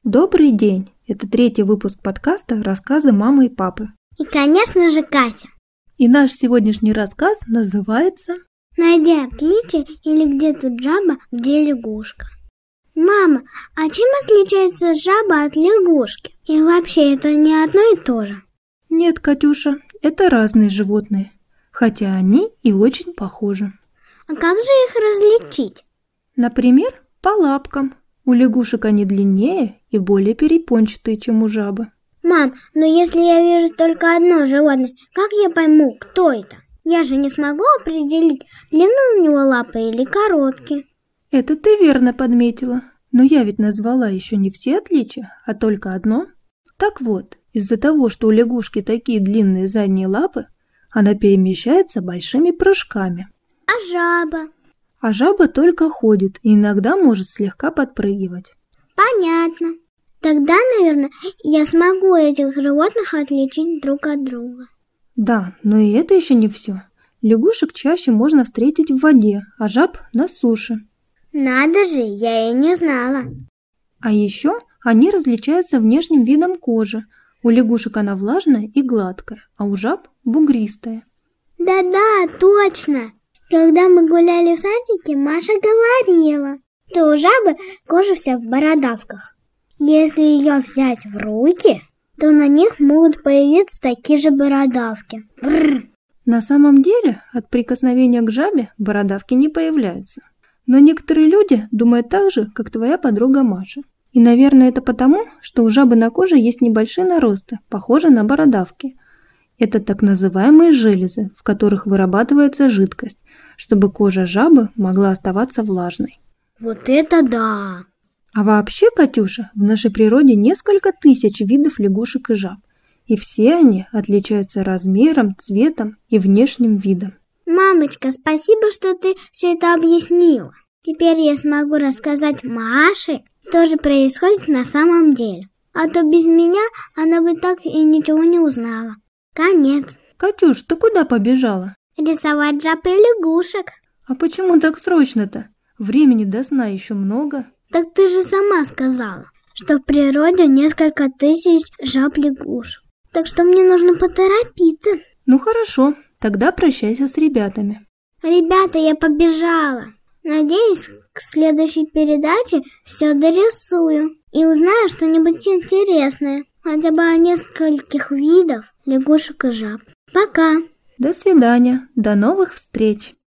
Добрый день! Это 3-й выпуск подкаста «Рассказы мамы и папы». И, конечно же, Катя. И наш сегодняшний рассказ называется «Найди отличие» или «Где тут жаба, где лягушка». Мама, а чем отличается жаба от лягушки? И вообще это не одно и то же? Нет, Катюша, это разные животные, хотя они и очень похожи. А как же их различить? Например, по лапкам. У лягушек они длиннее и более перепончатые, чем у жабы. Мам, но если я вижу только одно животное, как я пойму, кто это? Я же не смогу определить, длину у него лапы или короткие. Это ты верно подметила, но я ведь назвала еще не все отличия, а только одно. Так вот, из-за того, что у лягушки такие длинные задние лапы, она перемещается большими прыжками. А жаба? А жаба только ходит и иногда может слегка подпрыгивать. Понятно. Тогда, наверное, я смогу этих животных отличить друг от друга. Да, но и это еще не все. Лягушек чаще можно встретить в воде, а жаб на суше. Надо же, я и не знала. А еще они различаются внешним видом кожи. У лягушек она влажная и гладкая, а у жаб бугристая. Да-да, точно. Когда мы гуляли в садике, Маша говорила, что у жабы кожа вся в бородавках. Если ее взять в руки, то на них могут появиться такие же бородавки. Бррр. На самом деле, от прикосновения к жабе бородавки не появляются. Но некоторые люди думают так же, как твоя подруга Маша. И, наверное, это потому, что у жабы на коже есть небольшие наросты, похожие на бородавки. Это так называемые железы, в которых вырабатывается жидкость, чтобы кожа жабы могла оставаться влажной. Вот это да! А вообще, Катюша, в нашей природе несколько тысяч видов лягушек и жаб. И все они отличаются размером, цветом и внешним видом. Мамочка, спасибо, что ты все это объяснила. Теперь я смогу рассказать Маше, что же происходит на самом деле. А то без меня она бы так и ничего не узнала. Конец. Катюш, ты куда побежала? Рисовать жаб и лягушек. А почему так срочно-то? Времени до сна еще много. Так ты же сама сказала, что в природе несколько тысяч жаб-лягушек. Так что мне нужно поторопиться. Ну хорошо, тогда прощайся с ребятами. Ребята, я побежала. Надеюсь, к следующей передаче все дорисую и узнаю что-нибудь интересное. Хотя бы о нескольких видах лягушек и жаб. Пока! До свидания, до новых встреч!